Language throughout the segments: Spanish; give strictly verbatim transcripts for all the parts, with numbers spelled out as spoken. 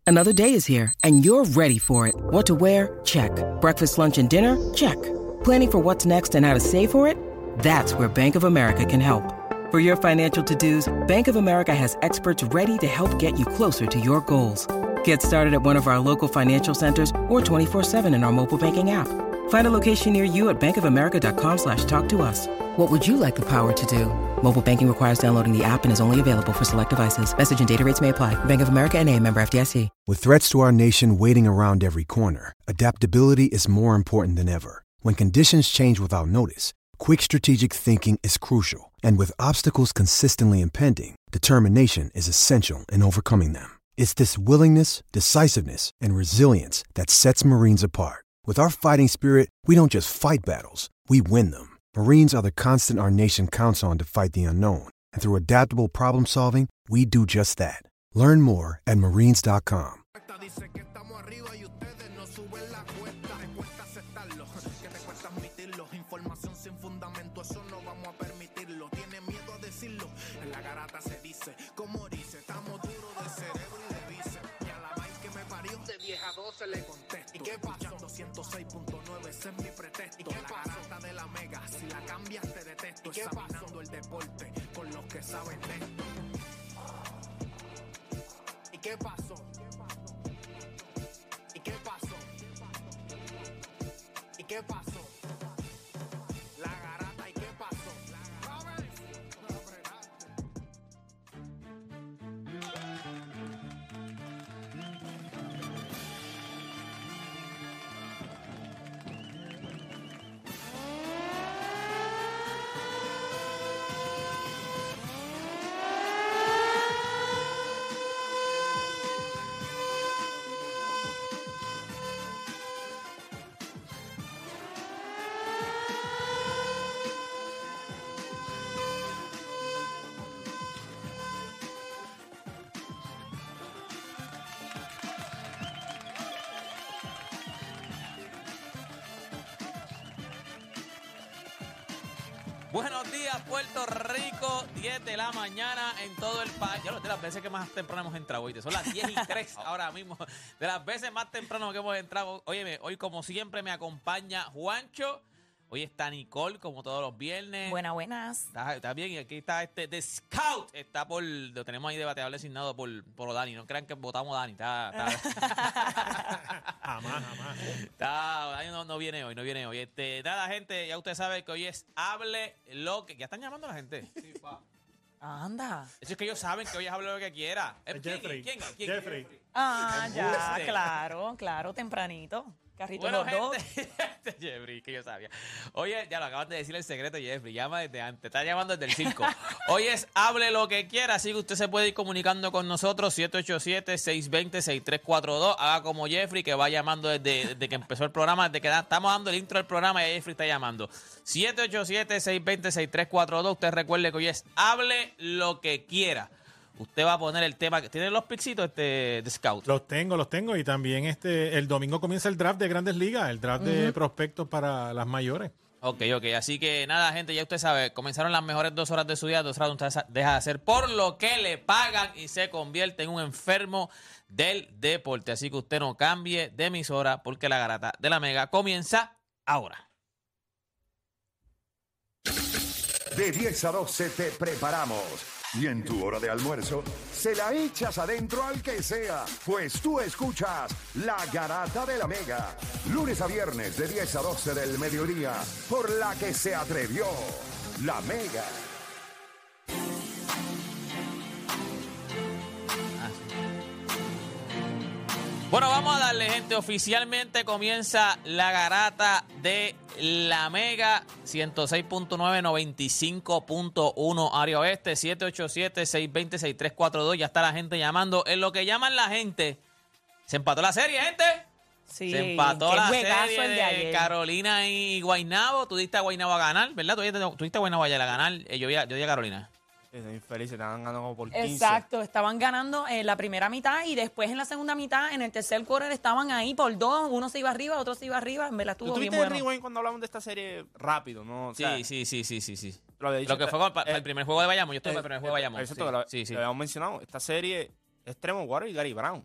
Another day is here, and you're ready for it. What to wear? Check. Breakfast, lunch, and dinner? Check. Planning for what's next and how to save for it? That's where Bank of America can help. For your financial to-dos, Bank of America has experts ready to help get you closer to your goals. Get started at one of our local financial centers or twenty-four seven in our mobile banking app. Find a location near you at bankofamerica.com slash talk to us. What would you like the power to do? Mobile banking requires downloading the app and is only available for select devices. Message and data rates may apply. Bank of America N A, member F D I C. With threats to our nation waiting around every corner, adaptability is more important than ever. When conditions change without notice, quick strategic thinking is crucial. And with obstacles consistently impending, determination is essential in overcoming them. It's this willingness, decisiveness, and resilience that sets Marines apart. With our fighting spirit, we don't just fight battles, we win them. Marines are the constant our nation counts on to fight the unknown. And through adaptable problem solving, we do just that. Learn more at marines dot com. Dice que estamos arriba y ustedes no suben la cuesta. Te cuesta aceptarlo, que te cuesta admitirlo. Información sin fundamento, eso no vamos a permitirlo. Tiene miedo a decirlo, en la garata se dice. Como dice, estamos duros de cerebro y de bíceps. Y a la vaina que me parió, de diez a doce le contesto. ¿Y qué pasó? ciento seis punto nueve, ese es mi pretexto. ¿Y qué la garata de la mega, si la cambias te detesto. ¿Y qué examinando el deporte con los que saben de esto. ¿Y qué pasó? ¿Y qué pasó? ¿Y qué pasó? La garata, ¿y qué pasó? Buenos días, Puerto Rico, diez de la mañana en todo el país. Ya lo de las veces que más temprano hemos entrado, ¿oíste? Son las diez y tres ahora mismo. De las veces más temprano que hemos entrado. Óyeme, hoy como siempre me acompaña Juancho. Hoy está Nicole, como todos los viernes. Buenas, buenas. Está, está bien, y aquí está este The Scout. Está por, lo tenemos ahí debateable asignado por, por Dani. No crean que votamos a Dani. Está, está. Jamás, jamás. Está, Dani no, no viene hoy, no viene hoy. Este, nada, gente, ya usted sabe que hoy es Hable lo que... ¿Ya están llamando a la gente? Sí, pa. Anda. Eso es que ellos saben que hoy es Hable lo que quiera. Es ¿Quién, Jeffrey. ¿Quién? ¿Quién? Jeffrey. Jeffrey. Ah, ya, Embuste. claro, claro, tempranito. Carrito Bueno, los dos. gente, este Jeffrey, que yo sabía. Oye, ya lo acaban de decir el secreto, Jeffrey. Llama desde antes, está llamando desde el cinco. Hoy es Hable lo que quiera, así que usted se puede ir comunicando con nosotros. siete ocho siete, seis dos cero, seis tres cuatro dos. Haga como Jeffrey, que va llamando desde, desde que empezó el programa, desde que da, estamos dando el intro del programa y Jeffrey está llamando. siete ocho siete, seis dos cero, seis tres cuatro dos. Usted recuerde que hoy es Hable lo que quiera. Usted va a poner el tema. ¿Tiene los pixitos este, de Scout? Los tengo, los tengo. Y también este el domingo comienza el draft de Grandes Ligas, el draft uh-huh. de prospectos para las mayores. Ok, ok. Así que nada, gente, ya usted sabe, comenzaron las mejores dos horas de su día, dos horas donde usted deja de hacer por lo que le pagan y se convierte en un enfermo del deporte. Así que usted no cambie de emisora porque la garata de la Mega comienza ahora. De diez a doce te preparamos. Y en tu hora de almuerzo, se la echas adentro al que sea, pues tú escuchas La Garata de la Mega. Lunes a viernes de diez a doce del mediodía, por la que se atrevió La Mega. Bueno, vamos a darle, gente. Oficialmente comienza la garata de la Mega. ciento seis punto nueve, noventa y cinco punto uno área oeste. siete ocho siete, seis dos cero, seis tres cuatro dos. Ya está la gente llamando. En lo que llaman la gente, se empató la serie, gente. Sí, se empató la serie el de, de ayer. Carolina y Guaynabo. Tú diste a Guaynabo a ganar, ¿verdad? Tú diste, tú diste a Guaynabo ayer a ganar. Eh, Yo vi a, yo vi a Carolina. Infelices, estaban ganando como por quince. Exacto, estaban ganando en la primera mitad y después en la segunda mitad, en el tercer quarter, estaban ahí por dos. Uno se iba arriba, otro se iba arriba. En verdad estuvo ¿Tú bien tuviste bueno. el rewind cuando hablamos de esta serie rápido, no? O sea, Sí, sí, sí, sí, sí, sí. Lo, había dicho, Lo que fue para eh, el primer juego de Bayamo. Yo estuve eh, para el primer juego de Bayamo. Exacto, Sí, lo, sí, sí. lo habíamos mencionado. Esta serie es Tremont Waters y Gary Brown. O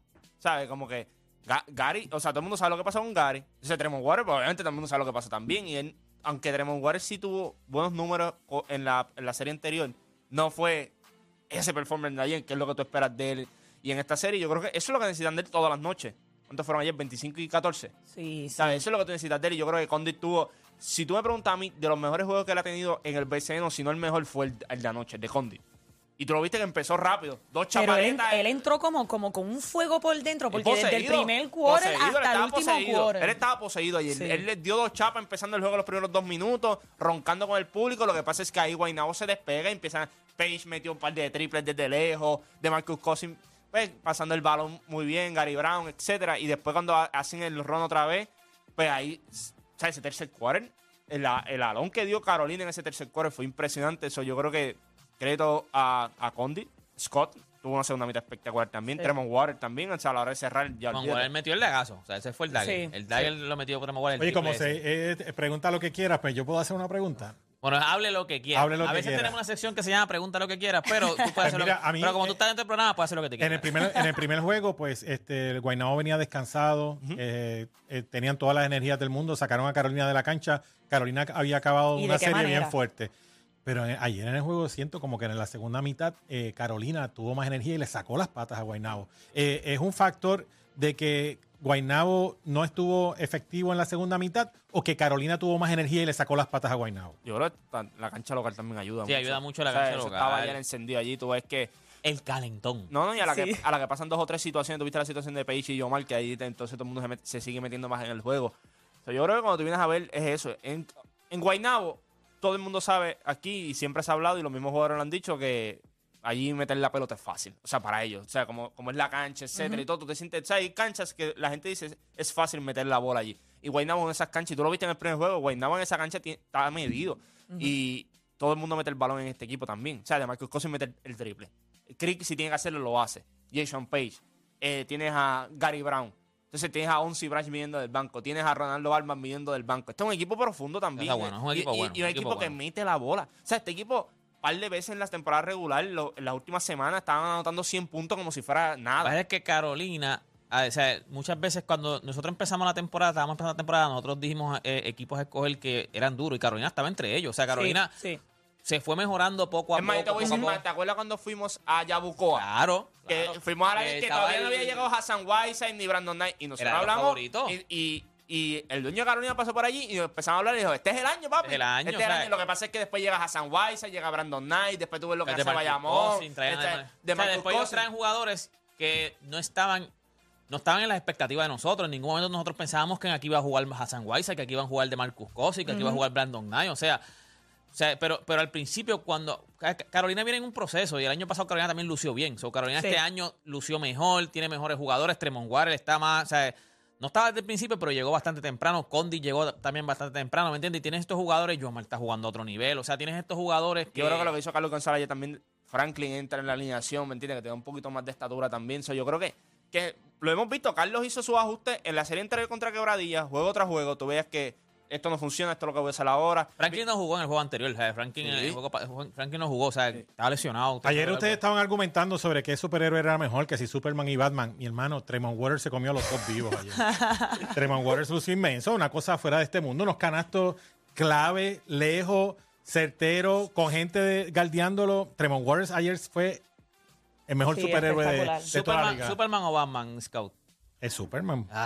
¿sabes? Como que Ga- Gary, o sea, todo el mundo sabe lo que pasó con Gary. Ese Tremont Waters, pues obviamente todo el mundo sabe lo que pasó también. Y él, aunque Tremont Waters sí tuvo buenos números co- en la, en la serie anterior, no fue ese performance de ayer, que es lo que tú esperas de él. Y en esta serie yo creo que eso es lo que necesitan de él todas las noches. ¿Cuántos fueron ayer? veinticinco y catorce. Sí, sí. ¿Sabes? Eso es lo que tú necesitas de él. Y yo creo que Condit tuvo... Si tú me preguntas a mí, de los mejores juegos que él ha tenido en el B C N, o si no el mejor, fue el, el de anoche, el de Condit. Y tú lo viste que empezó rápido. Dos Pero él, chapaletas. él entró como, como con un fuego por dentro, Él porque desde el poseído, primer quarter poseído, él hasta el estaba último poseído. quarter. Él estaba poseído ayer. Sí. Él les dio dos chapas empezando el juego los primeros dos minutos, roncando con el público. Lo que pasa es que ahí Guaynabo se despega y empieza... Page metió un par de triples desde lejos. De Marcus Cousins, pues, pasando el balón muy bien. Gary Brown, etcétera. Y después cuando hacen el run otra vez, pues ahí, ¿sabes? Ese tercer quarter, el, el alón que dio Carolina en ese tercer quarter fue impresionante. Eso yo creo que crédito a, a Condit. Scott tuvo una segunda mitad espectacular también. Sí. Tremont Waters también. O sea, a la hora de cerrar, ya Tremont olvídate. Waters metió el dagazo. O sea, ese fue el dagger. Sí, el dagger lo metió por Tremont Waters. el Oye, como triple ese. se eh, pregunta lo que quieras, pues yo puedo hacer una pregunta. Bueno, hable lo que quiera. Hable lo a que veces quiera. tenemos una sección que se llama Pregunta lo que quieras, pero tú puedes Pues hacer mira, lo que, a mí, pero como tú eh, estás dentro del programa, puedes hacer lo que te En quieras. el primer, en el primer juego, pues, este, el Guaynabo venía descansado, eh, eh, tenían todas las energías del mundo, sacaron a Carolina de la cancha. Carolina había acabado ¿Y de una qué serie manera? bien fuerte. Pero en- ayer en el juego siento como que en la segunda mitad eh, Carolina tuvo más energía y le sacó las patas a Guaynabo. Eh, ¿Es un factor de que Guaynabo no estuvo efectivo en la segunda mitad o que Carolina tuvo más energía y le sacó las patas a Guaynabo? Yo creo que ta- la cancha local también ayuda Sí, mucho. ayuda mucho la O sea, cancha eso local. Estaba ayer encendido allí. Tú ves que... El calentón. No, no, y a la, Sí. que, a la que pasan dos o tres situaciones, tuviste la situación de Page y Yomar, que ahí te- entonces todo el mundo se, met- se sigue metiendo más en el juego. O sea, yo creo que cuando tú vienes a ver es eso. En, en Guaynabo, todo el mundo sabe aquí y siempre se ha hablado y los mismos jugadores lo han dicho que allí meter la pelota es fácil. O sea, para ellos. O sea, como, como es la cancha, etcétera, y todo, tú te sientes... O sea, hay canchas que la gente dice es fácil meter la bola allí. Y Guaynabo en esas canchas, y tú lo viste en el primer juego, Guaynabo en esa cancha tiene- está medido. Y todo el mundo mete el balón en este equipo también. O sea, de Marcus Cousins mete el, el triple. Crick, si tiene que hacerlo, lo hace. Jason Page. Eh, tienes a Gary Brown. Entonces tienes a Onsi Branch viniendo del banco. Tienes a Ronaldo Barman viniendo del banco. Este es un equipo profundo también. Está bueno, es un Y- equipo y, bueno, Y un un equipo, equipo que bueno. mete la bola. O sea, este equipo, un par de veces en la temporada regular, lo- en las últimas semanas, estaban anotando cien puntos como si fuera La nada. verdad es que Carolina, ah, o sea, muchas veces cuando nosotros empezamos la temporada, estábamos empezando la temporada, nosotros dijimos eh, equipos a escoger que eran duros y Carolina estaba entre ellos. O sea, Carolina Sí, sí. se fue mejorando poco a Es más, yo te poco. voy a poco a decir poco. más. ¿Te acuerdas cuando fuimos a Yabucoa? Claro. Que claro. fuimos a la Que vez que estaba todavía no el- había llegado Hassan Whiteside ni Brandon Knight. Y nosotros Era los hablamos. favoritos. Y, y, y el dueño de Carolina pasó por allí y empezamos a hablar y dijo: Este es el año, papi. Este es el año, Este o es el sea, año. Lo que pasa es que después llega Hassan Whiteside, llega Brandon Knight, después tuve lo que de hace Marcus Bayamón. Cousins, traían este, de- de o sea, Marcus después ellos Cousins. traen jugadores que no estaban no estaban en las expectativas de nosotros. En ningún momento nosotros pensábamos que aquí iba a jugar Hassan Whiteside, que aquí iban a jugar de Marcus Cousins, que aquí iba a jugar Brandon Knight. O sea, o sea pero, pero al principio cuando Ca- Carolina viene en un proceso y el año pasado Carolina también lució bien. So, Carolina Sí. este año lució mejor, tiene mejores jugadores. Tremont Waters está más... O sea, no estaba desde el principio, pero llegó bastante temprano. Condi llegó también bastante temprano, ¿me entiendes? Y tienes estos jugadores, Yomar está jugando a otro nivel. O sea, tienes estos jugadores que... Yo creo que lo que hizo Carlos González ayer también, Franklin entra en la alineación, ¿me entiendes? Que te da un poquito más de estatura también. So, yo creo que, que lo hemos visto. Carlos hizo sus ajustes en la serie anterior contra Quebradilla, juego tras juego. Tú veías que esto no funciona, esto es lo que voy a hacer ahora. Franklin no jugó en el juego anterior. O sea, Franklin, en el Sí. juego pa- Franklin no jugó, o sea, estaba lesionado. Ayer ustedes estaban argumentando sobre qué superhéroe era mejor, que si Superman y Batman. Mi hermano, Tremont Waters se comió a los dos vivos ayer. Tremont Waters lució inmenso, una cosa fuera de este mundo, unos canastos clave, lejos, certero, con gente de- galdeándolo. Tremont Waters ayer fue el mejor Sí, superhéroe de, espectacular. de toda la Superman, liga. Superman o Batman, Scout. Es Superman. Ah,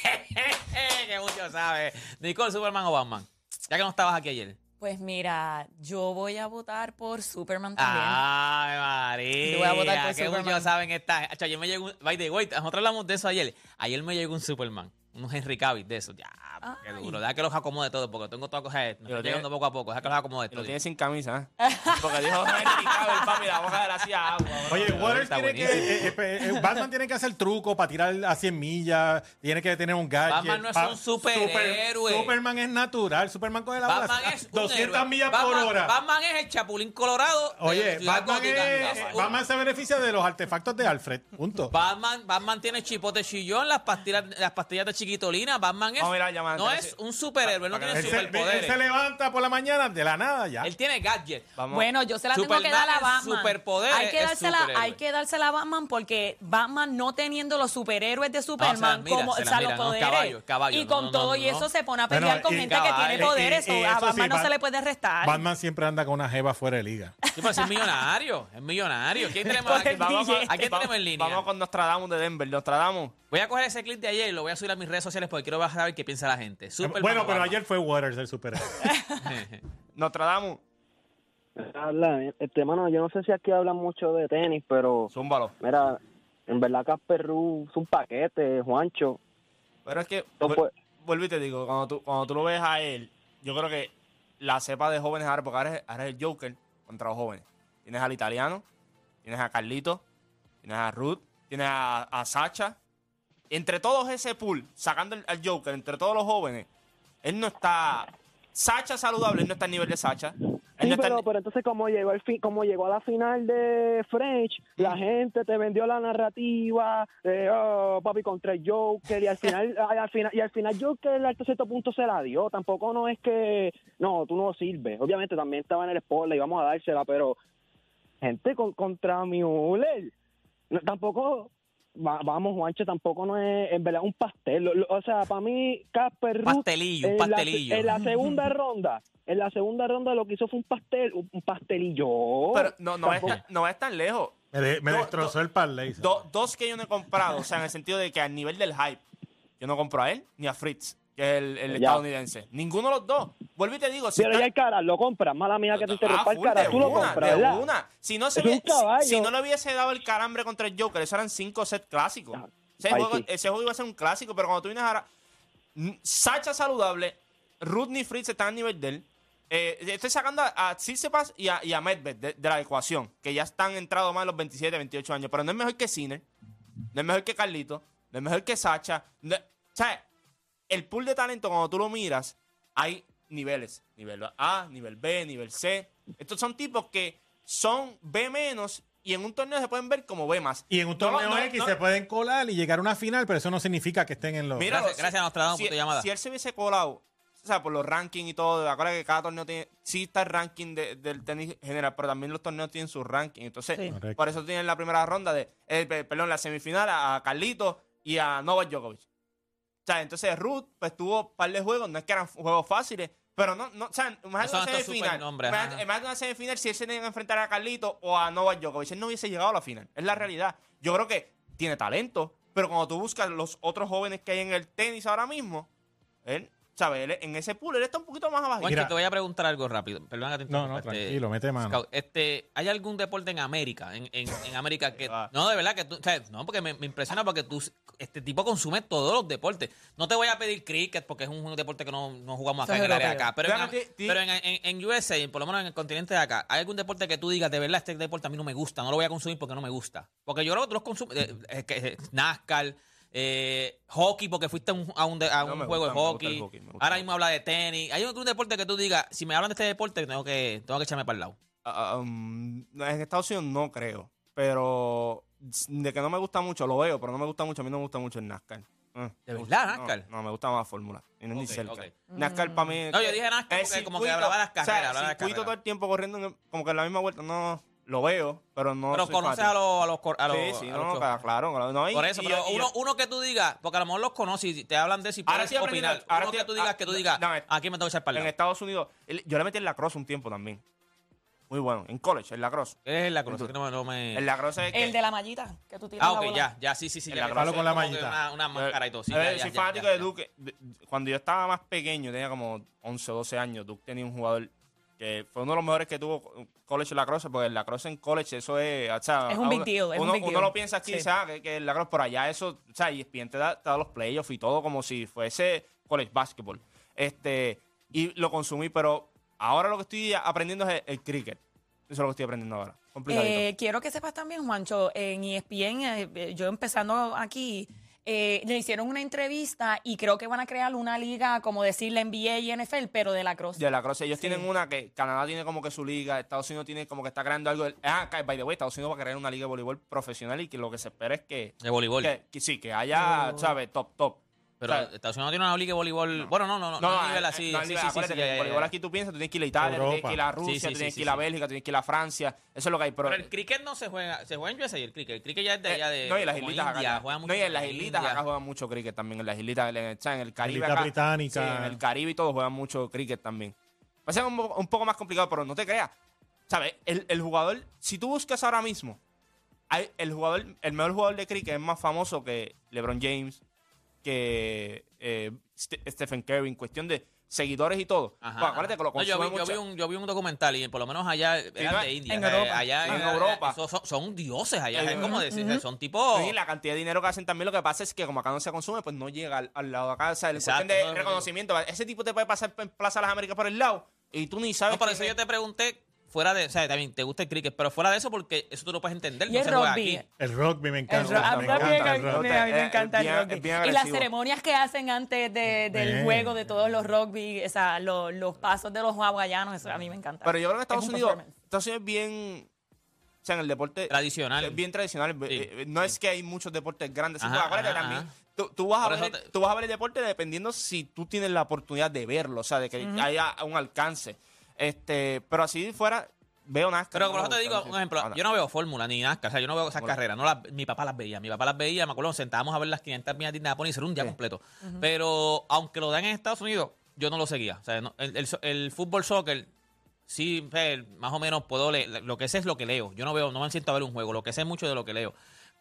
que mucho sabe. Nicole, Superman o Batman. Ya que no estabas aquí ayer. Pues mira, yo voy a votar por Superman también. Ay, María. Yo voy a votar por que Superman. muchos saben esta. Acho, ayer me llegó un. By the way, nosotros hablamos de eso ayer. Ayer me llegó un Superman. Un Henry Cavill de eso. Ya, qué Ay. duro. Deja que los acomode todo, porque tengo todas cosas. Me lo estoy tiene- llegando poco a poco. Deja que los acomode Y lo todo. tiene sin camisa, ¿eh? Porque dijo Henry Cavill, papi, la boca de la hacía agua. Oye, bro. Waters está tiene que, buenísimo. eh, eh, eh, Batman tiene que hacer truco para tirar a cien millas, tiene que tener un gadget. Batman no es Pa- un superhéroe. Super- Superman es natural, Superman coge la Batman bola es un doscientas héroe. millas Batman, por hora. Batman es el Chapulín Colorado. de Oye, Ciudad Batman, Gótica. es, Batman se beneficia de los artefactos de Alfred, punto. Batman, Batman tiene chipote chillón, las pastillas, las pastillas de chiquitito chiquitolina. Batman es, Vamos a mirar llamadas no antes. es un superhéroe, no Para tiene que Él se, él superpoderes. se levanta por la mañana de la nada ya. Él tiene gadget. Vamos. Bueno, yo se la tengo Superman que dar a es Batman. superpoderes, hay que es dársela, superhéroe. hay que dársela a Batman porque Batman no teniendo los superhéroes de Superman mira, como se o la sea, mira, los no, poderes caballo, caballo, y no, con no, todo no, y no. eso se pone a Bueno, pelear con y- gente que caballo. tiene Y- y- poderes. y o a eso sí, Batman no Bat- se le puede restar. Batman siempre anda con una jeva fuera de liga. Sí, pero es millonario, es millonario. ¿Quién tenemos Con aquí? el Vamos, D J. ¿A quién Vamos- tenemos en línea? Vamos con Nostradamus de Denver. Nostradamus. Voy a coger ese clip de ayer y lo voy a subir a mis redes sociales porque quiero saber qué piensa la gente. Superman bueno, o pero Batman. ayer fue Waters el superhéroe. Nostradamus. Habla, este, mano, yo no sé si aquí hablan mucho de tenis, pero Zúmbalo. mira, en verdad Casper Ruud es un paquete, Juancho. Pero es que, No vuel- puede- vuelvo y te digo, cuando tú, cuando tú lo ves a él, yo creo que la cepa de jóvenes ahora, porque ahora es, ahora es el Joker contra los jóvenes. Tienes al italiano, tienes a Carlito, tienes a Ruth, tienes a, a Sacha. Entre todos ese pool, sacando el- al Joker, entre todos los jóvenes, él no está... Sacha saludable, él no está al nivel de Sacha. Él Sí, no está pero, al- pero entonces como llegó al fin, como llegó a la final de French, la gente te vendió la narrativa, de, oh, papi contra el Joker, y al final, ay, al final, y al final Joker hasta cierto punto se la dio. Tampoco no es que, no, tú no sirves. Obviamente también estaba en el spotlight y vamos a dársela, pero gente con, contra Müller, no, tampoco, va- vamos, Juancho, tampoco no es, en verdad, un pastel. Lo- lo- o sea, para mí, Casper Ruud, Pastelillo, un en la- pastelillo. en la segunda ronda, en la segunda ronda lo que hizo fue un pastel, un un pastelillo. Pero no, no, es, Tampoco- tan- no es tan lejos. Me, de- me Do- destrozó el parlay. ¿sabes? Do- dos que yo no he comprado, o sea, en el sentido de que al nivel del hype, yo no compro a él ni a Fritz, que es el, el Ya. estadounidense. Ninguno de los dos. Vuelvo y te digo, si Pero está- ya el cara, lo compras, mala mía que te Ah, interrumpa el full, cara, de tú lo una, compras, de ¿verdad? una. Si no, se Es un hubiese- caballo. si no le hubiese dado el calambre contra el Joker, eso eran cinco sets clásicos. Ah, Ese ahí juego, sí. ese juego iba a ser un clásico, pero cuando tú vienes ahora, n- Sacha saludable, Rudney Fritz están a nivel de él. Eh, estoy sacando a, a Tsitsipas y a, y a Medved de, de la ecuación, que ya están entrados más de los veintisiete, veintiocho años, pero no es mejor que Sinner, no es mejor que Carlito, no es mejor que Sacha. No- o sea, el pool de talento, cuando tú lo miras, hay niveles. Nivel A, nivel B, nivel C. Estos son tipos que son B menos y en un torneo se pueden ver como B más. Y en un No, torneo no, X no. se pueden colar y llegar a una final, pero eso no significa que estén en los... Mira, Gracias- gracias, Nostradamus, si, por tu llamada. Si él se hubiese colado, o sea, por los rankings y todo, acuérdate que cada torneo tiene, sí está el ranking de- del tenis general, pero también los torneos tienen su ranking. Entonces, Sí. Correcto. por eso tienen la primera ronda de, eh, pe- perdón, la semifinal a Carlito y a Novak Djokovic. O sea, entonces Ruth, pues tuvo un par de juegos, no es que eran juegos fáciles, pero no, no o sea, imagínate Eso no una está semifinal. supernombre, Imagínate, ajá. imagínate una semifinal si él se tenía que enfrentar a Carlito o a Novak Djokovic, él no hubiese llegado a la final. Es la realidad. Yo creo que tiene talento, pero cuando tú buscas los otros jóvenes que hay en el tenis ahora mismo, él, ¿sabes? Él, en ese pool él está un poquito más abajo. Juancho, Mira. te voy a preguntar algo rápido. Perdón que te No, interrumpa, no, este, tranquilo, mete mano. Scout. Este, ¿hay algún deporte en América? En, en, en América que. va. No, de verdad que tú. O sea, no, porque me, me impresiona porque tú, este tipo consume todos los deportes. No te voy a pedir cricket porque es un, un deporte que no, no jugamos acá Eso en es el área de europeo. acá. Pero, en, Vean, ti- ti- pero en, en, en U S A, por lo menos en el continente de acá, ¿hay algún deporte que tú digas, de verdad, este deporte a mí no me gusta, no lo voy a consumir porque no me gusta? Porque yo creo que tú los consumes. eh, eh, que, eh, NASCAR. Eh, hockey, porque fuiste a un, a un, de- a No, un me juego gusta, de me gusta hockey. el hockey, me gusta Ahora el mismo habla de tenis. ¿Hay algún deporte que tú digas, si me hablan de este deporte, tengo que, tengo que echarme para el lado? Ah, um, en Estados Unidos no creo, pero de que no me gusta mucho, lo veo, pero no me gusta mucho, a mí no me gusta mucho el NASCAR. Eh, ¿De no, verdad, no, NASCAR? No, me gusta más Fórmula. Y no es ni Ok, cerca. ok. NASCAR para mí... No, yo dije NASCAR el porque como que circuito, hablaba de las o sea, carreras, hablaba de las circuito carreras. todo el tiempo corriendo en el- como que en la misma vuelta, no, lo veo, pero no Pero soy conoces fanático. a los, a los, cor- a los, Sí, sí, a no, los- claro, claro. No, y- Por eso, y- pero y- uno, uno que tú digas, porque a lo mejor los conoces y te hablan de eso y Ahora puedes estoy aprendiendo- opinar. ahora Uno que estoy- tú digas, ah, que tú digas, dame- aquí me tengo que echar para el en lado. Estados Unidos, el- yo le metí en lacrosse un tiempo también. Muy bueno, en college, en lacrosse. Es la cosa, que no, me- no me... El lacrosse es que... El de la mallita, que tú tiras Ah, la ok, bola. ya, ya, sí, sí, sí. El ya me lacrosse pasó con la como que mallita. Una, una máscara y todo. Sí, Eh, ya, soy ya, ya, fanático ya, de ya. Duke. De- Cuando yo estaba más pequeño, tenía como once o doce años, Duke tenía un jugador que fue uno de los mejores que tuvo college lacrosse, porque el lacrosse en college, eso es... O sea, Es un a big uno- deal, es un uno, big uno deal. lo piensa aquí y Sí. dice, ah, que, que el lacrosse por allá, eso... O sea, E S P N te da, te da los playoffs y todo como si fuese college basketball. Este, y lo consumí, pero ahora lo que estoy aprendiendo es el, el cricket. Eso es lo que estoy aprendiendo ahora. Complicadito. Eh, quiero que sepas también, Juancho, en E S P N, eh, eh, yo empezando aquí, eh, le hicieron una entrevista y creo que van a crear una liga, como decir la N B A y N F L, pero de lacrosse. De la cross. Ellos Sí. tienen una que Canadá tiene como que su liga, Estados Unidos tiene como que está creando algo. Ah, by the way, Estados Unidos va a crear una liga de voleibol profesional y que lo que se espera es que, De voleibol. que, que sí, que haya, ¿sabes? Top, top. Pero O sea, Estados Unidos no tiene una liga de voleibol. Bueno, no, no, no. No, no, nivel así. no, sí, nivel, sí, sí, acuérdate sí, que ya, en ya, voleibol ya. aquí tú piensas, tú tienes que ir a Italia, tú tienes que ir a Rusia, Sí, sí, tú tienes sí, que ir a sí. Bélgica, tú tienes que ir a Francia. Eso es lo que hay. Pero, Pero el cricket no se juega. Se juega en U S A el cricket. El cricket ya es de eh, allá de. no, y en las como islitas India, acá. juegan mucho No, y en las en islitas India. acá juegan mucho cricket también. En las islitas, en el, en el Caribe Isla acá. Británica. Sí, en el Caribe y todo juegan mucho cricket también. Va a ser un, po- un poco más complicado, pero no te creas. ¿Sabes? El, el jugador, si tú buscas ahora mismo, hay, el jugador, el mejor jugador de cricket es más famoso que LeBron James, que eh, St- Stephen Curry, en cuestión de seguidores y todo. Ajá, Pues acuérdate que lo no, yo, vi, consume yo, vi mucho. un, yo vi un documental y por lo menos allá eran no, de India. en o sea, Europa. allá En allá- Europa. esos son, son dioses allá. Eh, es como ujú, decir, ujú. son tipos. Y la cantidad de dinero que hacen también, lo que pasa es que como acá no se consume, pues no llega al, al lado de acá. O sea, en Exacto, cuestión de no, reconocimiento, ese tipo te puede pasar en Plaza de las Américas por el lado y tú ni sabes. No, por quién eso es. yo te pregunté, fuera de, o sea, también te gusta el cricket, pero fuera de eso, porque eso tú lo puedes entender, Y no el se juega rugby. aquí. El rugby me El encanta. ro- a me mí también, encanta el a rugby. mí- a mí me Eh, encanta bien- el rugby. bien Y las agresivo. ceremonias que hacen antes de- del Bien. juego de todos los rugby, o sea, lo- los pasos de los hawaianos, eso a mí me encanta. Pero yo creo que Estados Es un Unidos, performance. Estados Unidos es bien, o sea, en el deporte Tradicional. es bien tradicional. Sí. Eh, No es que hay muchos deportes grandes. Sí, Ajá, pero acuérdate ajá, también. ajá. Tú, tú vas a Por ver, eso te- tú vas a ver el deporte dependiendo si tú tienes la oportunidad de verlo, o sea, de que haya un alcance. Este, pero así fuera, veo NASCAR. Pero no por me eso te digo, gusta, un ejemplo, no, no. yo no veo fórmula ni NASCAR, o sea, yo no veo esas Bueno. carreras, no las- mi papá las veía, mi papá las veía, me acuerdo, nos sentábamos a ver las quinientas millas de Indianapolis y era un día Sí. completo. Pero aunque lo dan en Estados Unidos, yo no lo seguía, o sea, no- el, el, el fútbol soccer, sí, eh, más o menos puedo leer, lo que sé es lo que leo, yo no veo, no me siento a ver un juego, lo que sé es mucho de lo que leo.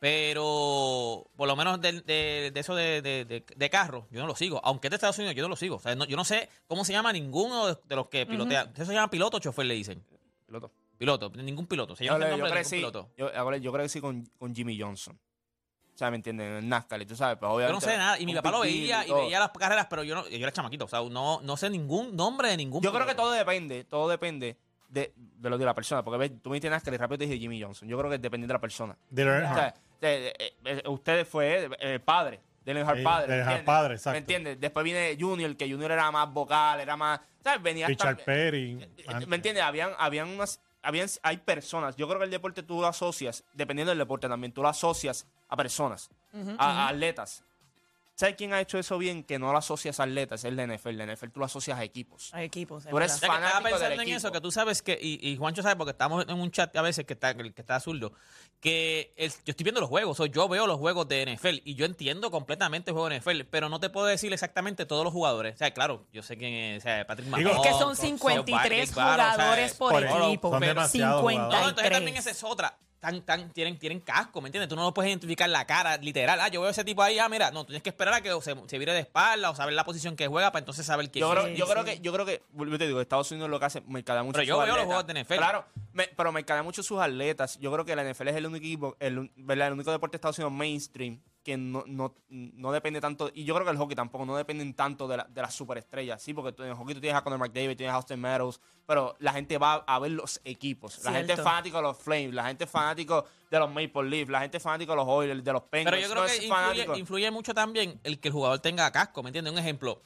Pero por lo menos de, de- de eso de, de, de- de carro, yo no lo sigo. Aunque es de Estados Unidos, yo no lo sigo. O sea, no- yo no sé cómo se llama ninguno de, de los que pilotean. ¿Eso se llama piloto o chofer, le dicen? Piloto. Piloto, ningún piloto. Se Yo, llama el yo nombre creo de que ningún sí, piloto. yo, ahora, yo creo que sí con, con Jimmy Johnson. O sea, ¿me entienden? En el NASCAR, y tú sabes, pues Yo obviamente. no sé nada. Y mi un papá lo Big Deal veía y todo. veía las carreras, pero yo no, yo era chamaquito. O sea, no, no sé ningún nombre de ningún Yo creo que piloto. todo depende, todo depende de, de lo de la persona. Porque ves, tú me tienes NASCAR y rápido te dije Jimmy Johnson. Yo creo que depende de la persona. De O Earnhardt. sea, de- de- eh, usted fue eh, el padre, de Earnhardt Sí, padre. de ¿me Earnhardt entiendes? padre, exacto. ¿Me entiendes? Después viene Junior, que Junior era más vocal, era más. ¿Sabes? Venía hasta- Richard Perry. Eh, ¿Me entiendes? Habían, habían unas. Habían, hay personas. Yo creo que el deporte tú lo asocias, dependiendo del deporte también, tú lo asocias a personas, a, a atletas. ¿Sabes quién ha hecho eso bien? Que no lo asocias a atletas, es la N F L. La N F L tú lo asocias a equipos. Hay equipos. es Tú eres verdad. O sea, que estaba fanático del pensando en equipo. eso, que tú sabes que, y, y Juancho sabe, porque estamos en un chat a veces que está, que está zurdo, que el- yo estoy viendo los juegos, o yo veo los juegos de N F L y yo entiendo completamente el juego de N F L, pero no te puedo decir exactamente todos los jugadores. O sea, claro, yo sé quién es, o sea, Patrick Digo, Mahomes. Es que son Oh, cincuenta y tres Joe Barry, claro, o sea, jugadores por por eso, equipo. son pero demasiados No, cincuenta y entonces también tres. esa es otra. Tan, tan, tienen, tienen casco, ¿me entiendes? Tú no lo puedes identificar la cara, literal. Ah, yo veo ese tipo ahí, ah, mira, no, tú tienes que esperar a que se, se vire de espalda o saber la posición que juega para entonces saber quién Yo creo, es. yo sí. creo que, yo creo que, vuelvo y te digo, Estados Unidos lo que hace, mercadea mucho Pero yo sus veo los atletas. juegos de N F L. Claro, me- pero mercadea mucho sus atletas. Yo creo que la N F L es el único equipo, el, un- ¿verdad? El único deporte de Estados Unidos mainstream que no, no, no depende tanto, y yo creo que el hockey tampoco, no dependen tanto de, la, de las superestrellas, sí, porque tú, en el hockey tú tienes a Conor McDavid, tienes a Austin Meadows, pero la gente va a ver los equipos. La gente es Cierto. fanática de los Flames, la gente es fanático de los Maple Leafs, la gente es fanático de los Oilers, de los Penguins. Pero yo creo no que es influye, fanático. influye mucho también el que el jugador tenga casco, ¿me entiendes? Un ejemplo,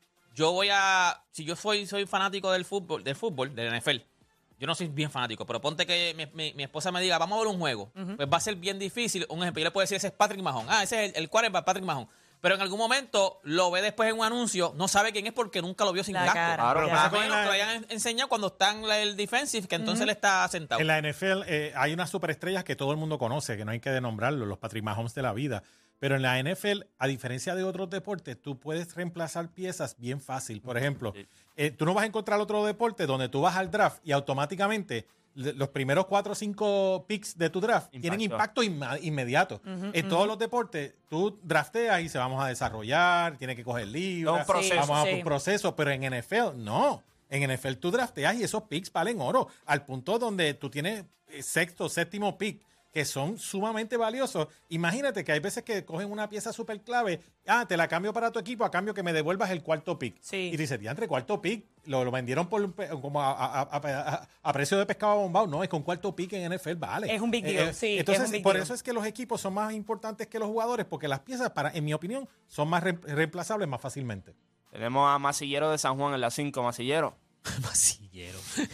yo voy a, si yo soy, soy fanático del fútbol, del fútbol, del N F L, yo no soy bien fanático, pero ponte que mi, mi- mi esposa me diga, vamos a ver un juego, pues va a ser bien difícil. Un ejemplo, yo le puedo decir, ese es Patrick Mahomes, ah, ese es el, el quarterback Patrick Mahomes, pero en algún momento lo ve después en un anuncio, no sabe quién es porque nunca lo vio sin La casco. cara, Claro, ya. A Con menos la- que lo hayan enseñado cuando está en la- el defensive, que entonces él está sentado. En la N F L eh, hay unas superestrellas que todo el mundo conoce, que no hay que denombrarlos, los Patrick Mahomes de la vida. Pero en la N F L, a diferencia de otros deportes, tú puedes reemplazar piezas bien fácil. Por ejemplo, eh, tú no vas a encontrar otro deporte donde tú vas al draft y automáticamente le- los primeros cuatro o cinco picks de tu draft tienen impacto inma- inmediato. En todos los deportes, tú drafteas y se vamos a desarrollar, tienes que coger libros, Es un proceso. vamos a Sí. un proceso, pero en N F L no. En N F L tú drafteas y esos picks valen oro, al punto donde tú tienes eh, sexto, séptimo pick, que son sumamente valiosos. Imagínate que hay veces que cogen una pieza súper clave, ah, te la cambio para tu equipo a cambio que me devuelvas el cuarto pick. Sí. Y dices, diantre, cuarto pick, lo, lo vendieron por un pe- como a, a- a- a- a precio de pescado bombado. No, es con cuarto pick en N F L, vale. Es un big deal, sí, es Entonces, un big por deal. eso es que los equipos son más importantes que los jugadores, porque las piezas, para, en mi opinión, son más re- reemplazables más fácilmente. Tenemos a Masillero de San Juan en la cinco, Masillero. Masillero.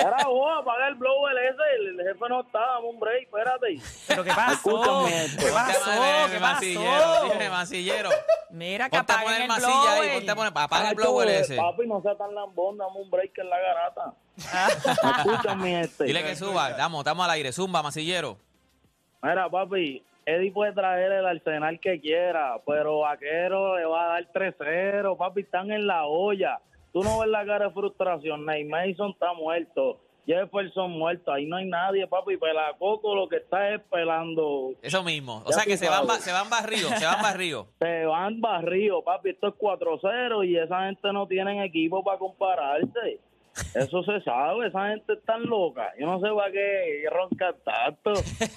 Era vos, apaga el blower ese, el, el jefe no está, dame un break, espérate. ¿Pero qué pasó? Escúchame esto. ¿Qué pasó? ¿Qué Masillero, dime, pasó? masillero. Mira, que Ponte a apaguen poner el masilla ahí, blower. ponte a poner, apaga el Pacho, blower ese. Papi, no sea tan lambón, dame un break en la garata. Escúchame este. Dile que suba, estamos, estamos al aire, zumba, masillero. Mira, papi, Eddie puede traer el arsenal que quiera, pero Vaquero le va a dar tres cero, papi, están en la olla. Tú no ves la cara de frustración, Nate Mason está muerto, Jefferson muerto, ahí no hay nadie, papi, Pelacoco lo que está es pelando. Eso mismo, o Ya sea tú que se van, sabes. ba- se van barridos, se van barridos. Se van barridos, papi, esto es cuatro cero y esa gente no tienen equipo para compararse. Eso se sabe, esa gente está loca. Yo no sé para qué ronca tanto.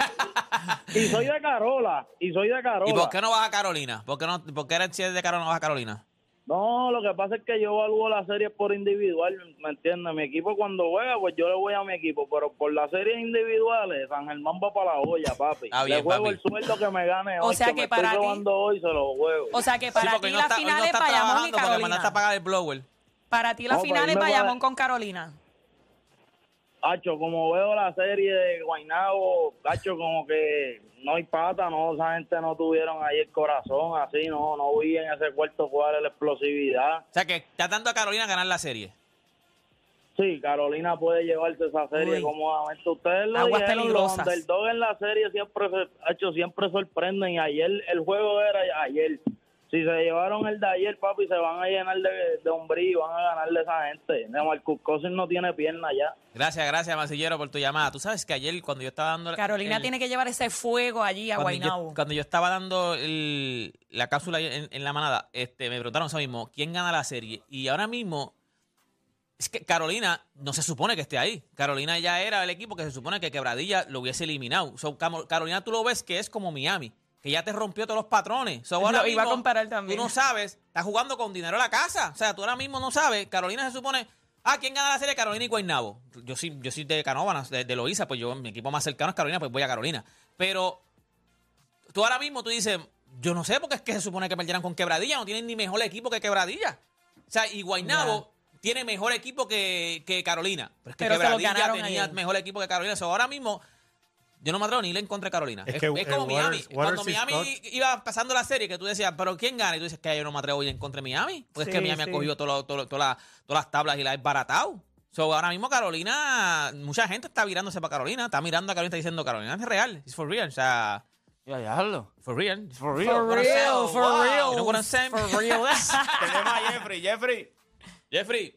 Y soy de Carola, y soy de Carola. ¿Y por qué no vas a Carolina? ¿Por qué, no, por qué eres si eres de Carolina no vas a Carolina? No, lo que pasa es que yo evalúo la serie por individual, ¿me entiendes? Mi equipo cuando juega, pues yo le voy a mi equipo, pero por las series individuales, San Germán va para la olla, papi. Ah, bien, le juego papi. el sueldo que me gane O hoy, sea que que me para estoy ti- robando hoy, se lo juego. O sea que Sí, para porque ti hoy no la está- hoy no final es está Bayamón y trabajando porque Carolina. mandaste a pagar el blower. Para ti la No, pues final ahí es me voy a- Bayamón con Carolina. Hacho, como veo la serie de Guaynabo, Hacho, como que no hay pata, no, esa gente no tuvieron ahí el corazón, así, no, no vi en ese cuarto jugar la explosividad. O sea que estás dando a Carolina a ganar la serie. Sí, Carolina puede llevarse esa serie Uy. cómodamente. Ustedes lo Aguas dijeron, los peligrosas. underdogs en la serie siempre, se- Hacho, siempre sorprenden, y ayer, el juego era ayer. Si se llevaron el de ayer, papi, se van a llenar de, de hombrí y van a ganarle a esa gente. De Marcus Cousins no tiene pierna ya. Gracias, gracias, masillero, por tu llamada. Tú sabes que ayer cuando yo estaba dando... Carolina el- tiene que llevar ese fuego allí a cuando Guaynabo. yo, cuando yo estaba dando el- la cápsula en, en la manada, este, me preguntaron eso mismo, ¿quién gana la serie? Y ahora mismo, es que Carolina no se supone que esté ahí. Carolina ya era el equipo que se supone que Quebradilla lo hubiese eliminado. So, Camo- Carolina tú lo ves que es como Miami, que ya te rompió todos los patrones. So, ahora Lo iba a mismo, comparar también. Tú no sabes, estás jugando con dinero a la casa. O sea, tú ahora mismo no sabes. Carolina se supone... Ah, ¿quién gana la serie? Carolina y Guaynabo. Yo soy, yo soy de Canóvanas, de, de Loíza, pues yo, mi equipo más cercano es Carolina, pues voy a Carolina. Pero tú ahora mismo tú dices, yo no sé, porque es que se supone que perdieran con Quebradilla, no tienen ni mejor equipo que Quebradilla. O sea, y Guaynabo tiene mejor equipo que, que Carolina. Pero es que Pero se lo Quebradilla ganaron tenía ayer. mejor equipo que Carolina. O sea, ahora mismo yo no me atrevo ni ir en contra de Carolina. Es Es, que, es como eh, Miami. Waters- Cuando Waters y Miami Scott- iba pasando la serie, que tú decías, ¿pero quién gana? Y tú dices que yo no me atrevo a ir en contra de Miami. Porque es que Sí, Miami sí. ha cogido todo lo- todo lo- todas las- todas las tablas y las ha desbaratado. So, ahora mismo Carolina, mucha gente está virándose para Carolina. Está mirando a Carolina y está diciendo, Carolina es real. It's for real. O sea, Ya, diablo. for real. For real. For What I'm real, saying. for Wow. real. You know what I'm saying? For real. Tenemos a Jeffrey. Jeffrey. Jeffrey.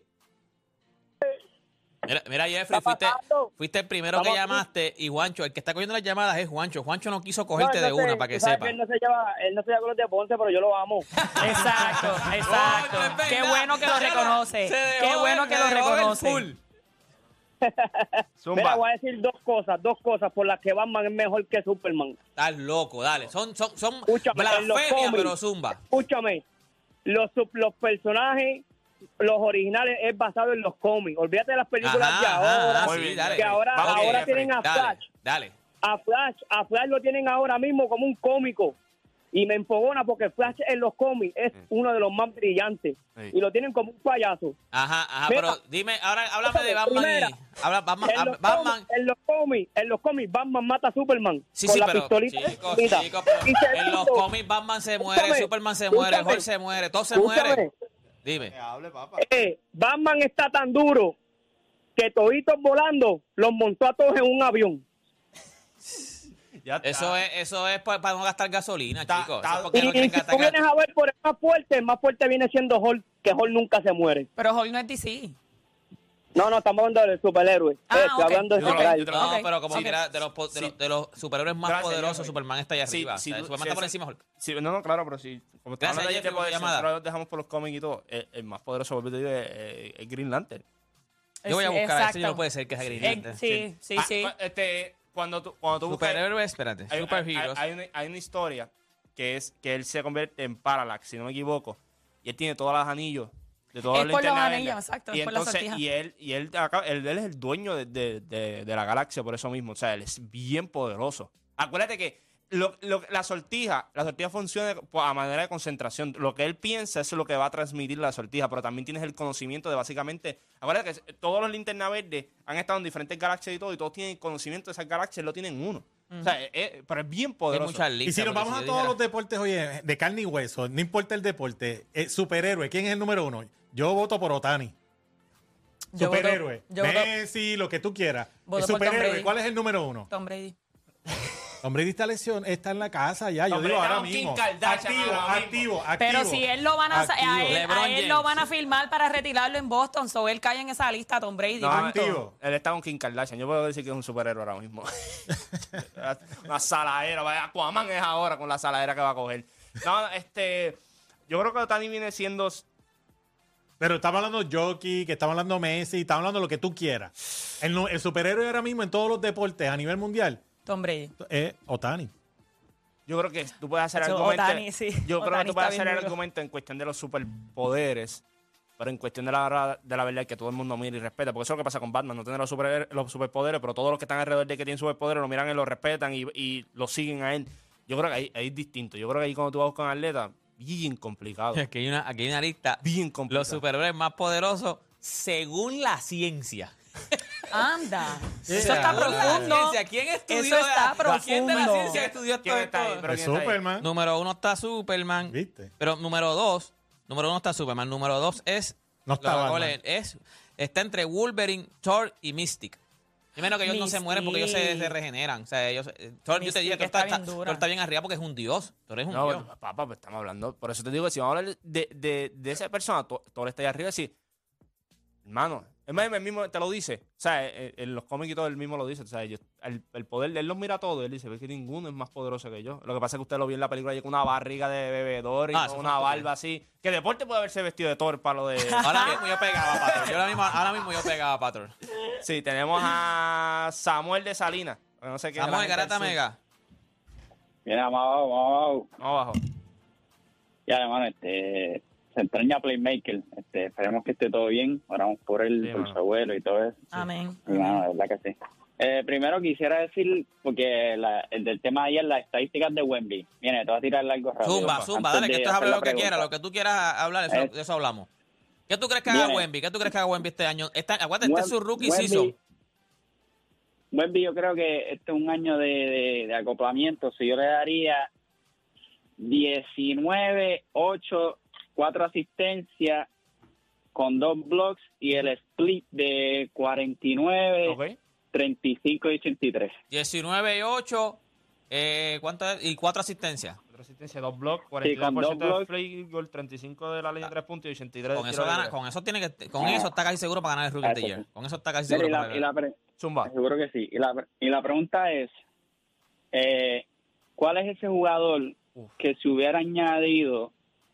Mira, mira, Jeffrey, fuiste, pasando? fuiste el primero que Estamos aquí. llamaste y Juancho, el que está cogiendo las llamadas es Juancho. Juancho no quiso cogerte No, de él no una se- para que tú sabes sepa. él no se lleva, él no se lleva con los de Ponce, pero yo lo amo. Exacto, exacto. Oh, no es Qué verdad. bueno que lo Ya lo- reconoce. se dejó Qué bueno ver, que se lo dejó ver reconoce. full. Zumba. Mira, voy a decir dos cosas, dos cosas por las que Batman es mejor que Superman. Estás loco, dale. Son, son, son Escúchame, en los blasfemia, cómics. pero zumba. Escúchame, los, sub- los personajes, los originales, es basado en los cómics. Olvídate de las películas Ajá, de ajá, ahora. ajá, Muy sí, bien. dale. que ahora, Vamos, ahora Jeffrey, tienen a Dale, Flash. dale. A Flash, a Flash lo tienen ahora mismo como un cómico. Y me empogona porque Flash en los cómics es uno de los más brillantes. Sí. Y lo tienen como un payaso. Ajá, ajá, Mira. pero dime, ahora háblame de Batman Primera. y... Habla, Batman, En los, Batman. cómics, en los cómics, en los cómics, Batman mata a Superman Sí, con sí, la pero, pistolita. chicos, Mira, chicos, pero y en segundo, los cómics Batman se muere, escúchame, Superman se muere, escúchame, Hulk se muere, todo se escúchame. muere. Dime. Que hable, papá. eh, Batman está tan duro que toditos volando los montó a todos en un avión. Ya está. Eso es, eso es pa- para no gastar gasolina, Ta- chicos. ta- Eso es porque Y, no y quieren si gastar tú vienes gas- a ver por el más fuerte, el más fuerte viene siendo Hulk, que Hulk nunca se muere. Pero Hulk no es D C. No, no, estamos hablando del superhéroe. Ah, Eh, estoy ok. hablando de Yo te lo- general. yo te lo- No, Ok, pero como ok. quiera, de los, po- de, Sí. los, de los superhéroes más Gracias, poderosos, Jeffrey. Superman está allá Sí, arriba. sí, O sea, tú- Superman sí, está por eso- encima de Hulk. Sí, no, no, claro, pero sí. Como Gracias, estamos hablando de Jeffrey, qué por tu puede ser, llamada. nosotros dejamos por los cómics y todo. El, el más poderoso, vuelvo y te digo, es, es- es Green Lantern. Yo voy a buscar, Exacto. eso no puede ser que es Green Eh, Lantern. sí, sí, Ah, sí. cu- Este, cuando tú, cuando tú buscas- Superhéroes, espérate, hay, hay, superheroes. hay una, hay una historia que es que él se convierte en Parallax, si no me equivoco, y él tiene todos los anillos de todos Es los por los linternas anillos, verdes. exacto, Y es por la entonces, sortija. y él, y él, acá- él, él es el dueño de, de, de, de la galaxia por eso mismo. O sea, él es bien poderoso. Acuérdate que lo, lo, la sortija, la sortija funciona pues, a manera de concentración. Lo que él piensa es lo que va a transmitir la sortija, pero también tienes el conocimiento de básicamente... Acuérdate que todos los linternas verdes han estado en diferentes galaxias y todo, y todos tienen conocimiento de esas galaxias, lo tienen uno. Uh-huh. O sea, es, es, pero es bien poderoso. Muchas y si nos vamos si a todos dijera... los deportes, oye, de carne y hueso, no importa el deporte, eh, superhéroe, ¿quién es el número uno? Yo voto por Otani. Yo superhéroe. Voto, yo Messi, voto, lo que tú quieras. El superhéroe, ¿cuál es el número uno? Tom Brady. Tom Brady está lesión, está en la casa ya. Yo digo ahora mismo. Activo, activo, activo. Pero si él lo van a, a él, a él lo van a firmar para retirarlo en Boston, so él cae en esa lista, Tom Brady. No, activo. Él está con Kim Kardashian. Yo puedo decir que es un superhéroe ahora mismo. Una saladera, vaya, Aquaman es ahora con la saladera que va a coger. No, este, yo creo que Otani viene siendo. Pero estamos hablando de jockey, que estamos hablando de Messi, estamos hablando de lo que tú quieras. El, el superhéroe ahora mismo en todos los deportes a nivel mundial. Tom Brady. Eh, Otani. Yo creo que tú puedes hacer Eso, argumento. Otani, sí. Yo creo Otani que tú puedes está hacer bien argumento en cuestión de los superpoderes, pero en cuestión de la, de la verdad que todo el mundo mira y respeta. Porque eso es lo que pasa con Batman. No tiene los, super, los superpoderes, pero todos los que están alrededor de que tienen superpoderes lo miran y lo respetan y, y lo siguen a él. Yo creo que ahí, ahí es distinto. Yo creo que ahí cuando tú vas con atleta, bien complicado. Aquí hay una, aquí hay una lista. Bien complicado. Los superhéroes más poderosos según la ciencia. Anda. Yeah. Eso está profundo. ¿Quién estudió? Eso está profundo. ¿Quién de la ciencia estudió esto? Está ahí, pero Superman. Número uno está Superman. ¿Viste? Pero número dos, número uno está Superman. Número dos es... No está Batman. Es, está entre Wolverine, Thor y Mystic. Primero que ellos Mystic. no se mueren porque ellos se, se regeneran. O sea, ellos... Thor, yo te diría que está, está, bien está, dura. Thor está bien arriba porque es un dios. Thor es un No, dios. papá, pues estamos hablando. Por eso te digo que si vamos a hablar de, de, de esa persona, Thor está ahí arriba y decir, hermano, es más, él mismo te lo dice. O sea, en, en los cómics y todo, él mismo lo dice. O sea, yo, el, el poder de él los mira todo y él dice, ve que ninguno es más poderoso que yo. Lo que pasa es que usted lo vio en la película y con una barriga de bebedor y Ah, con una barba así. Que deporte puede haberse vestido de Thor para lo de... Ahora mismo yo pegaba a Patrol. Yo ahora mismo, ahora mismo yo pegaba a Patrol. Sí, tenemos a Samuel de Salinas. No sé qué. Samuel Garata Mega. Mira, vamos abajo, vamos abajo. Vamos abajo. Ya, hermano, este... Se extraña Playmaker. Este, esperemos que esté todo bien. Oramos por él, Sí, por mano. su abuelo y todo eso. Amén. Y, mano, la verdad que sí. Eh, primero quisiera decir, porque la, el del tema de ayer, las estadísticas de Wemby. Viene, te voy a tirar algo rápido. Zumba, zumba, antes dale, que de esto es hacer hablar la lo que pregunta. quieras, lo que tú quieras hablar, eso, Eh, de eso hablamos. ¿Qué tú crees que haga Viene. Wemby? ¿Qué tú crees que haga Wemby este año? Esta, acuérdate, este es su rookie Wemby- season. Wemby, yo creo que este es un año de, de, de acoplamiento. Si yo le daría diecinueve, ocho, cuatro asistencias con dos blocks y el split de cuarenta y nueve, Ok. treinta y cinco y ochenta y tres. diecinueve y ocho, eh, ¿cuánto es? Y cuatro asistencias. Otra asistencia, dos blocks, cuarenta y dos con por dos ciento de blocks. field goal, treinta y cinco de la línea de tres puntos y ochenta y tres Con de eso, tiro gana, libre. con eso tiene que, con eso está casi seguro para ganar el Rookie of the Eso Year. sí. Con eso está casi Mira, seguro y para la, y ganar. la pre- Zumba. seguro que sí. Y la, y la pregunta es, eh, ¿cuál es ese jugador Uf. que si hubiera añadido,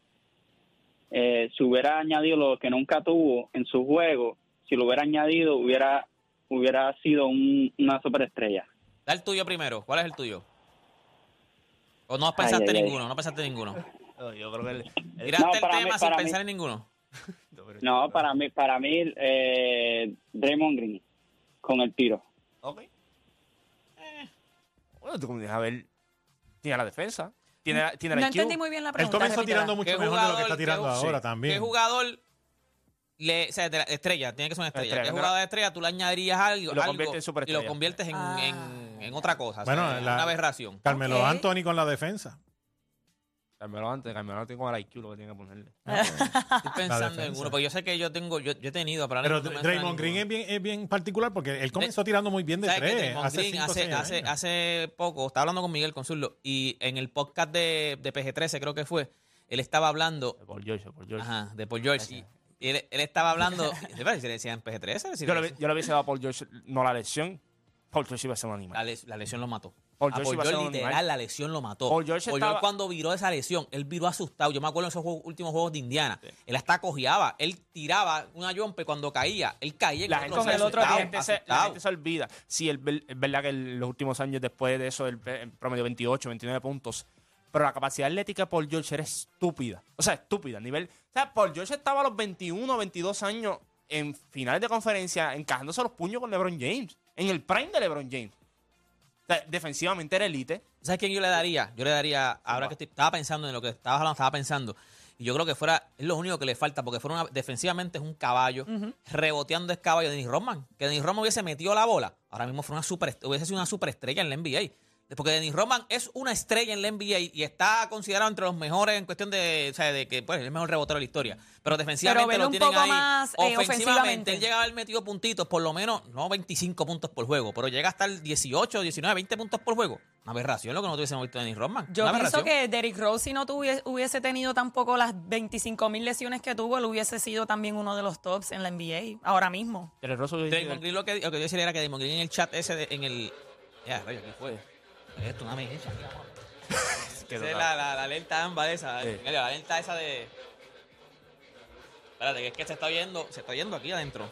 eh, si hubiera añadido lo que nunca tuvo en su juego, si lo hubiera añadido, hubiera hubiera sido un, una superestrella? Da el tuyo primero. ¿Cuál es el tuyo? ¿O no Ay, pensaste ay, ay. ninguno? ¿No pensaste ninguno? No, yo creo que el- el- Tiraste No, el para mí- tema sin para mí- pensar en ninguno. No, para mí, para mí, eh, Draymond Green con el tiro. Ok. Eh, Bueno, tú como dices, a ver, tiene la defensa, tiene, la- tiene No la I Q. entendí muy bien la Él pregunta. comenzó repítela. tirando mucho ¿Qué mejor de lo que jugador- está tirando qué- ahora sí, también. ¿Qué jugador le, o sea, de la estrella, tiene que ser una estrella? Estrella, ¿Qué mira. jugador de estrella tú le añadirías algo, Y lo algo convierte en y superestrella. lo conviertes en, Ah. en, en otra cosa? O Bueno, sea, la- una aberración. Carmelo Ok. Anthony con la defensa. Carmelo antes, Carmelo antes con el I Q lo que tiene que ponerle. Estoy pensando en defensa. uno, porque yo sé que yo tengo, yo, yo he tenido, pero, ahora Pero mismo no me Draymond suena Green es ninguno. bien, es bien particular porque él comenzó tirando muy bien de ¿Sabes que tres. Draymond Hace Green cinco, hace, seis hace, años. hace poco, estaba hablando con Miguel Consullo, y en el podcast de, de P G trece, creo que fue, él estaba hablando De Paul George, de Paul George. ajá, de Paul George. Y, y él, él estaba hablando. ¿Se le decía en P G trece? Si Yo, le lo, vi- decía- yo lo hubiese dado a Paul George, no la lesión. Paul George iba a ser un animal. la, les- la lesión lo mató. Paul A George Paul iba a ser George, un literal, animal. la lesión lo mató. Paul George estaba- cuando viró esa lesión, él viró asustado. Yo me acuerdo en esos juegos- últimos juegos de Indiana. Él hasta cojeaba. Él tiraba una jumper cuando caía. Él caía en La el gente, otro se, lado, la, asustado, gente se, la asustado. gente se olvida. Sí, es ver- es verdad que en los últimos años después de eso, el, el promedio veintiocho, veintinueve puntos. Pero la capacidad atlética de Paul George era estúpida. O sea, estúpida. A nivel, o sea, Paul George estaba a los veintiuno, veintidós años en finales de conferencia encajándose los puños con LeBron James. En el prime de LeBron James. O sea, defensivamente era elite. ¿Sabes quién yo le daría? Yo le daría, ahora que estoy- estaba pensando en lo que estabas hablando, estaba pensando, y yo creo que fuera, es lo único que le falta, porque fuera una, defensivamente es un caballo, reboteando es caballo de Dennis Rodman. Que Dennis Rodman hubiese metido la bola, ahora mismo fuera una super, hubiese sido una superestrella en la N B A. Porque Dennis Rodman es una estrella en la N B A y está considerado entre los mejores en cuestión de, o sea, de que pues, es el mejor rebotero de la historia. Pero defensivamente Pero lo velo un tienen poco ahí. más, eh, ofensivamente, ofensivamente. él llega a haber metido puntitos, por lo menos, no veinticinco puntos por juego, pero llega hasta el dieciocho, diecinueve, veinte puntos por juego. Una aberración lo que no tuviésemos visto de Dennis Rodman. Yo Una pienso aberración. que Derrick Rose, si no tuviese, hubiese tenido tampoco las veinticinco mil lesiones que tuvo, él hubiese sido también uno de los tops en la N B A, ahora mismo. Derrick Rose hubiese sido Draymond Green lo que, lo que yo decía era que Draymond Green en el chat ese, de- en el... Ya, rayo, ¿qué fue? Esto, una emergencia. Que Esa es total. la, la, la alerta amba de esa. Sí. Mira, la alerta esa de... Espérate, que es que se está oyendo, se está oyendo aquí adentro.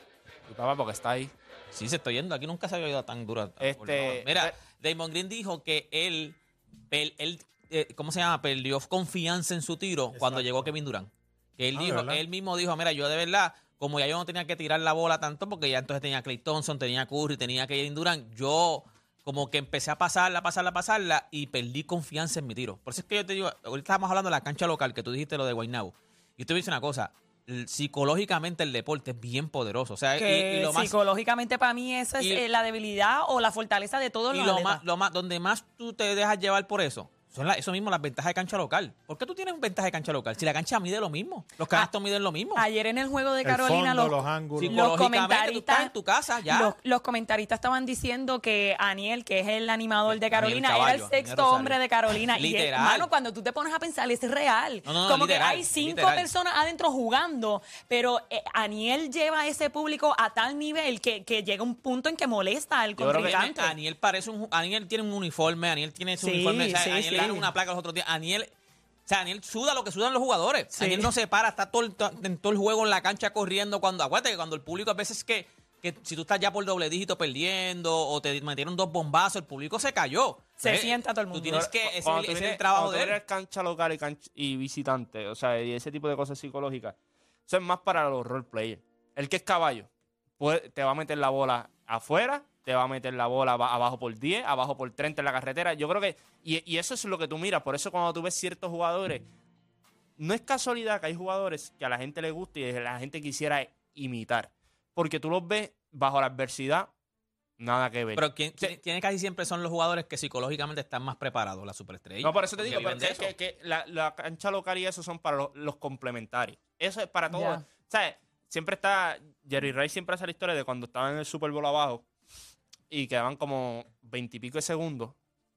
Y papá, porque está ahí. Sí, se está oyendo. Aquí nunca se había oído tan dura. Este- Mira, Draymond Green dijo que él, él, él, eh, ¿cómo se llama? Perdió confianza en su tiro cuando llegó Kevin Durant. Que él Ah, ¿de dijo, verdad? él mismo dijo, mira, yo de verdad, como ya yo no tenía que tirar la bola tanto, porque ya entonces tenía Klay Thompson, tenía Curry, tenía Kevin Durant, yo como que empecé a pasarla, pasarla, pasarla y perdí confianza en mi tiro. Por eso es que yo te digo, ahorita estábamos hablando de la cancha local, que tú dijiste lo de Guaynabo. Y usted me dice una cosa, l- psicológicamente el deporte es bien poderoso. O sea, y- Que y, lo más psicológicamente para mí esa es y- eh, la debilidad o la fortaleza de todos y los lo atletas. más, lo más, donde más tú te dejas llevar por eso, son la- eso mismo, las ventajas de cancha local. ¿Por qué tú tienes ventaja de cancha local? Si la cancha mide lo mismo, los canastos miden lo mismo. Ayer en el juego de El Carolina, fondo, los, los ángulos. los Psicológicamente, tú comentaristas estás en tu casa ya. Los, los comentaristas estaban diciendo que Aniel, que es el animador de Aniel Carolina, Caballo, era el Aniel sexto Rosario. hombre de Carolina. Y, Literal. hermano, cuando tú te pones a pensar, es real. No, no, no, Como literal, que hay cinco literal. personas adentro jugando, pero eh, Aniel lleva a ese público a tal nivel que, que llega un punto en que molesta al Yo creo que contrincante. Aniel parece un, ju- Aniel tiene un uniforme, Aniel tiene su Sí, uniforme, o sea, sí, Aniel sí. le dan una placa los otros días. Aniel, o sea, Aniel suda lo que sudan los jugadores. Sí. Aniel no se para, está todo, el- to- en todo el juego en la cancha corriendo. Cuando, acuérdate que cuando el público a veces que, que si tú estás ya por doble dígito perdiendo o te metieron dos bombazos, el público se cayó. Se Eh, sienta todo el mundo. Tú tienes que, ese, Cuando ese tú es vienes- el trabajo cuando de tú él. eres cancha local y, cancha- y visitante, o sea, y ese tipo de cosas psicológicas, eso es más para los role players. El que es caballo, puede- te va a meter la bola afuera, te va a meter la bola aba- abajo por diez, abajo por treinta en la carretera. Yo creo que, y, y eso es lo que tú miras, por eso cuando tú ves ciertos jugadores, no es casualidad que hay jugadores que a la gente le gusta y la gente quisiera imitar, porque tú los ves bajo la adversidad, nada que ver. Pero ¿quién, quién- quiénes casi siempre son los jugadores que psicológicamente están más preparados? La superestrella. No, por eso te Porque digo, viven pero de que, eso. que- que la, la cancha local y eso son para los, los complementarios. Eso es para todo. Ya. ¿Sabes? Siempre está. Jerry Rice siempre hace la historia de cuando estaban en el Super Bowl abajo y quedaban como veintipico de segundos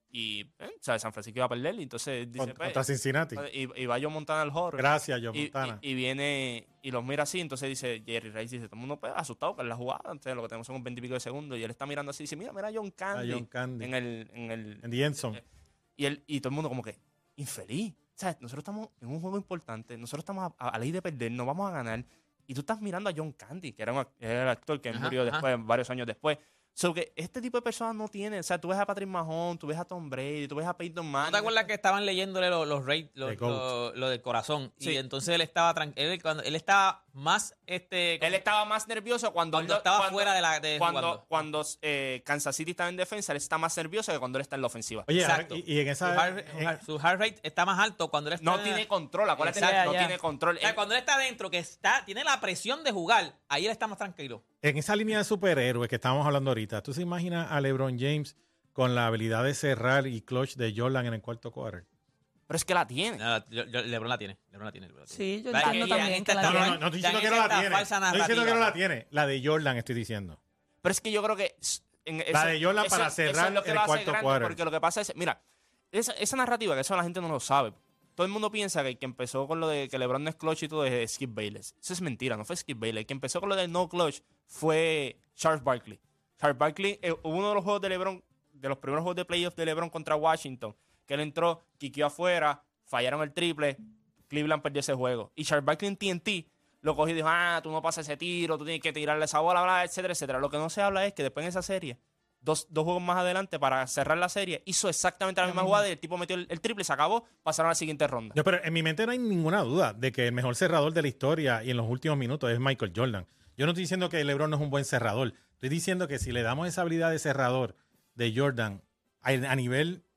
y eh, ¿sabes? San Francisco iba a perder y entonces dice, Contra, pues, contra Cincinnati. y, y va Joe Montana al horror. Gracias, Joe Y, Montana. y- y viene y los mira así, entonces dice Jerry Rice, dice, todo el mundo pues, asustado con la jugada, entonces lo que tenemos son un veintipico de segundos y él está mirando así y dice, mira, mira a John Candy, A John Candy. en el, en el En The End Zone. y, él, y todo el mundo como que, infeliz. O sea, nosotros estamos en un juego importante, nosotros estamos a, a ley de perder, no vamos a ganar. Y tú estás mirando a John Candy, que era, un, act- era el actor que Ajá, murió ajá. después, varios años después. So que este tipo de personas no tienen, o sea, tú ves a Patrick Mahomes, tú ves a Tom Brady, tú ves a Peyton ¿No Manning. te acuerdas que estaban leyéndole los, los rates, The los, GOAT. lo, lo del corazón? Sí. Y entonces él estaba tranquilo. Él, cuando, él estaba más este Él estaba más nervioso cuando, cuando él- estaba cuando- fuera de la de Cuando, jugando. cuando eh, Kansas City estaba en defensa, él está más nervioso que cuando él está en la ofensiva. Oye, Exacto. ahora- y, y en su, esa. heart, en- su heart rate está más alto cuando él está No tiene control, acuérdate, Exacto. no Ya, ya. tiene control. O sea, Él- cuando él está adentro, que está, tiene la presión de jugar, ahí él está más tranquilo. En esa línea de superhéroes que estábamos hablando ahorita, ¿tú se imaginas a LeBron James con la habilidad de cerrar y clutch de Jordan en el cuarto quarter? pero es que la tiene. No, yo- yo- LeBron la tiene. LeBron la tiene. LeBron la tiene. Sí, yo Va, entiendo y- y- también que la No, no, tiene. no, no estoy Ya diciendo en que no la esta tiene. falsa Estoy diciendo que no la narrativa. tiene. La de Jordan estoy diciendo. Pero es que yo creo que. s- en La eso- de Jordan eso- para eso cerrar es lo que en lo el hace cuarto grande, quarter. Porque lo que pasa es. Mira, esa, esa narrativa, que eso la gente no lo sabe. Todo el mundo piensa que el que empezó con lo de que LeBron no es clutch y todo es Skip Bayless. Eso es mentira, no fue Skip Bayless. El que empezó con lo del no clutch fue Charles Barkley. Charles Barkley, eh, hubo uno de los juegos de LeBron, de los primeros juegos de playoff de LeBron contra Washington, que él entró, quiqueó afuera, fallaron el triple, Cleveland perdió ese juego. Y Charles Barkley en T N T lo cogió y dijo, ah, tú no pasas ese tiro, tú tienes que tirarle esa bola, bla, etcétera, etcétera. Lo que no se habla es que después en esa serie, dos, dos juegos más adelante, para cerrar la serie, hizo exactamente la misma jugada y el tipo metió el, el triple, se acabó, pasaron a la siguiente ronda. No, pero en mi mente no hay ninguna duda de que el mejor cerrador de la historia y en los últimos minutos es Michael Jordan. Yo no estoy diciendo que LeBron no es un buen cerrador. Estoy diciendo que si le damos esa habilidad de cerrador de Jordan a, a nivel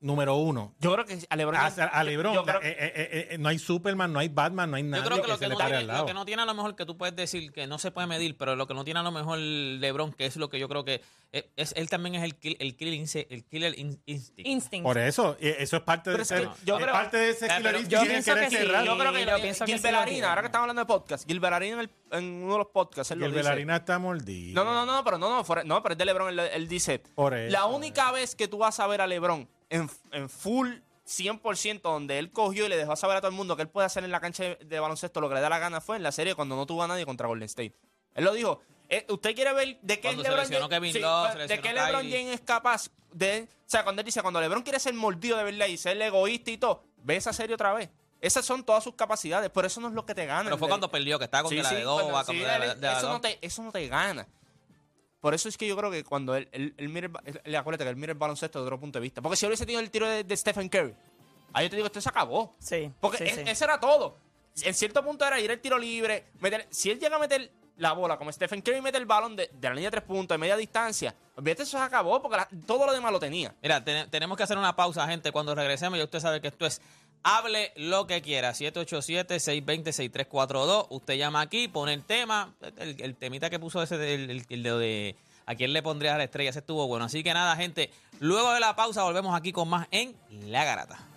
número uno. Yo creo que a LeBron... A, a LeBron, yo creo- eh, eh, eh, no hay Superman, no hay Batman, no hay Yo nadie creo que, que, lo, se que le no pare tiene, al lado. lo que no tiene a lo mejor que tú puedes decir que no se puede medir, pero lo que no tiene a lo mejor LeBron, que es lo que yo creo que es, es- él también es el, kill- el killer, inse- el killer in- instinct. Instinct. Por eso, eh, eso es parte Pero de es ser, que yo es creo- parte de ese Eh, killer pero instinct yo que pienso quiere que sí. cerrar. Yo creo que yo pienso que sí Gilbert lo Arenas, tiene. ahora que estamos hablando de podcast, Gilbert Arenas en, el- en uno de los podcasts, él Y lo el dice. Belarina está mordido. No, no, no, no, pero no, no, fuera- no, pero es de LeBron, él, él dice, Por eso. la única vez que tú vas a ver a LeBron en, en full cien por ciento donde él cogió y le dejó saber a todo el mundo que él puede hacer en la cancha de, de baloncesto lo que le da la gana fue en la serie cuando no tuvo a nadie contra Golden State. Él lo dijo. Eh, ¿Usted quiere ver de qué Cuando LeBron se lesionó James- Kevin sí, Love, se de lesionó qué LeBron Kyrie. James es capaz de... O sea, cuando él dice, cuando LeBron quiere ser mordido de verdad y ser egoísta y todo, ve esa serie otra vez. Esas son todas sus capacidades, pero eso no es lo que te gana. Pero fue De- cuando perdió, que estaba con Sí, la sí, de cuando- Dova, sí, con la de, él- de la eso, Dova. no te, eso no te gana. Por eso es que yo creo que cuando él, él, él mira el, ba- él- acuérdate que él mira el baloncesto de otro punto de vista. Porque si él hubiese tenido el tiro de, de Stephen Curry, ahí yo te digo, esto se acabó. Sí. Porque sí, es- sí. ese era todo. En cierto punto era ir al tiro libre, meter, si él llega a meter la bola como Stephen Curry mete el balón de, de la línea de tres puntos, de media distancia, olvídate, eso se acabó porque la- todo lo demás lo tenía. Mira, ten- tenemos que hacer una pausa, gente. Cuando regresemos, ya usted sabe que esto es Hable lo que quiera. siete ocho siete, seis dos cero, seis tres cuatro dos. Usted llama aquí, pone el tema. El, el temita que puso ese, el, el, el de, de a quién le pondrías a la estrella, ese estuvo bueno. Así que nada, gente. Luego de la pausa, volvemos aquí con más en La Garata.